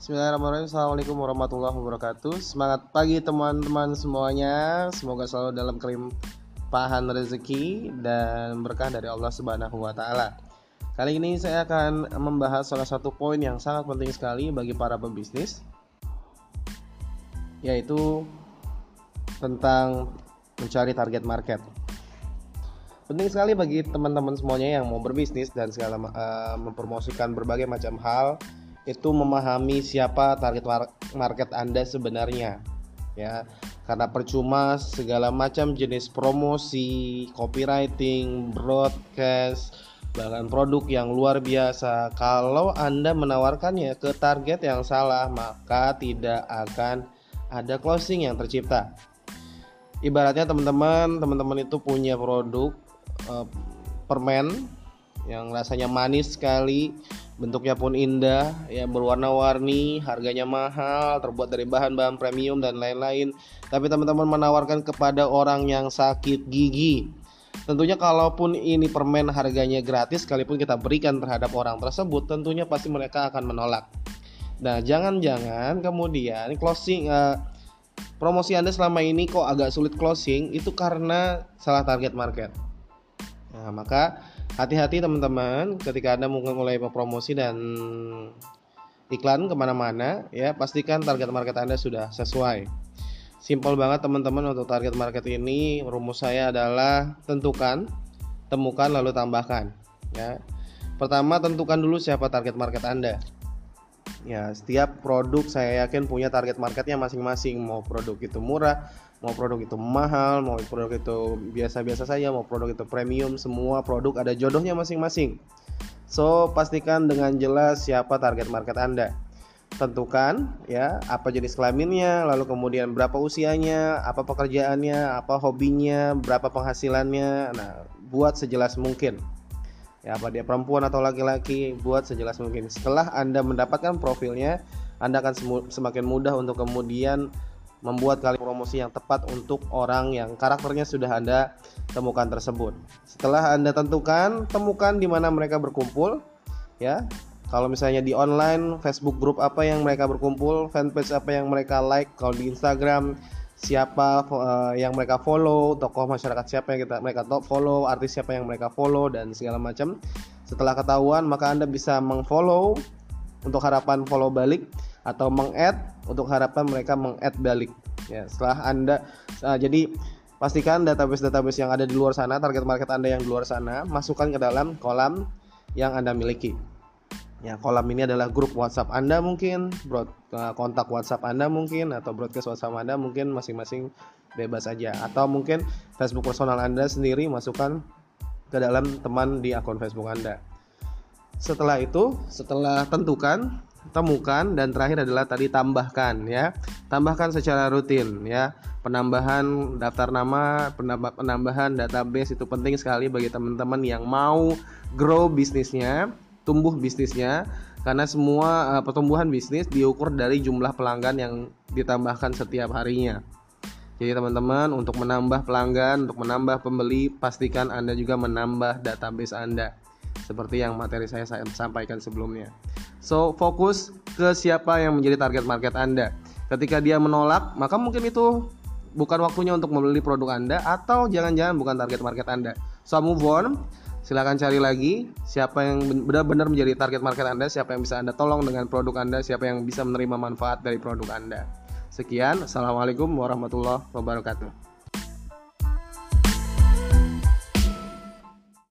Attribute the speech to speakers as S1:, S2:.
S1: Bismillahirrahmanirrahim. Assalamualaikum warahmatullahi wabarakatuh. Semangat pagi teman-teman semuanya. Semoga selalu dalam kelimpahan rezeki dan berkah dari Allah Subhanahu wa taala. Kali ini saya akan membahas salah satu poin yang sangat penting sekali bagi para pebisnis, yaitu tentang mencari target market. Penting sekali bagi teman-teman semuanya yang mau berbisnis dan segala mempromosikan berbagai macam hal, itu memahami siapa target market Anda sebenarnya, ya. Karena percuma segala macam jenis promosi, copywriting, broadcast, bahkan produk yang luar biasa, kalau Anda menawarkannya ke target yang salah, maka tidak akan ada closing yang tercipta. Ibaratnya teman-teman itu punya produk permen yang rasanya manis sekali, bentuknya pun indah, ya, berwarna-warni, harganya mahal, terbuat dari bahan-bahan premium dan lain-lain. Tapi teman-teman menawarkan kepada orang yang sakit gigi. Tentunya kalaupun ini permen harganya gratis, sekalipun kita berikan terhadap orang tersebut, tentunya pasti mereka akan menolak. Nah, jangan-jangan kemudian promosi Anda selama ini kok agak sulit closing, itu karena salah target market. Nah, maka hati-hati teman-teman ketika Anda mulai promosi dan iklan kemana-mana, ya, pastikan target market Anda sudah sesuai. Simpel banget teman-teman untuk target market ini. Rumus saya adalah tentukan, temukan, lalu tambahkan, ya. Pertama, tentukan dulu siapa target market Anda. Ya, setiap produk saya yakin punya target marketnya masing-masing. Mau produk itu murah, mau produk itu mahal, mau produk itu biasa-biasa saja, mau produk itu premium, semua produk ada jodohnya masing-masing. So, pastikan dengan jelas siapa target market Anda. Tentukan, ya, apa jenis kelaminnya, lalu kemudian berapa usianya, apa pekerjaannya, apa hobinya, berapa penghasilannya. Nah, buat sejelas mungkin. Ya, apa dia perempuan atau laki-laki, buat sejelas mungkin. Setelah Anda mendapatkan profilnya, Anda akan semakin mudah untuk kemudian membuat kali promosi yang tepat untuk orang yang karakternya sudah Anda temukan tersebut. Setelah Anda tentukan, temukan di mana mereka berkumpul, ya. Kalau misalnya di online, Facebook group apa yang mereka berkumpul, fanpage apa yang mereka like, kalau di Instagram siapa yang mereka follow, tokoh masyarakat siapa yang mereka follow, artis siapa yang mereka follow, dan segala macam. Setelah ketahuan, maka Anda bisa mengfollow untuk harapan follow balik, atau meng-add untuk harapan mereka meng-add balik. Ya, setelah Anda jadi pastikan database yang ada di luar sana, target market Anda yang di luar sana, masukkan ke dalam kolam yang Anda miliki. Ya, kolam ini adalah grup WhatsApp Anda mungkin, kontak WhatsApp Anda mungkin, atau broadcast WhatsApp Anda mungkin, masing-masing bebas saja. Atau mungkin Facebook personal Anda sendiri, masukkan ke dalam teman di akun Facebook Anda. Setelah itu, setelah tentukan, temukan, dan terakhir adalah tadi tambahkan, ya. Tambahkan secara rutin, ya. Penambahan daftar nama, penambahan database itu penting sekali bagi teman-teman yang mau grow bisnisnya, tumbuh bisnisnya, karena semua pertumbuhan bisnis diukur dari jumlah pelanggan yang ditambahkan setiap harinya. Jadi teman-teman, untuk menambah pelanggan, untuk menambah pembeli, pastikan Anda juga menambah database Anda, seperti yang materi saya sampaikan sebelumnya. So, fokus ke siapa yang menjadi target market Anda. Ketika dia menolak, maka mungkin itu bukan waktunya untuk membeli produk Anda, atau jangan-jangan bukan target market Anda. So, move on. Silakan cari lagi siapa yang benar-benar menjadi target market Anda, siapa yang bisa Anda tolong dengan produk Anda, siapa yang bisa menerima manfaat dari produk Anda. Sekian, assalamualaikum warahmatullahi wabarakatuh.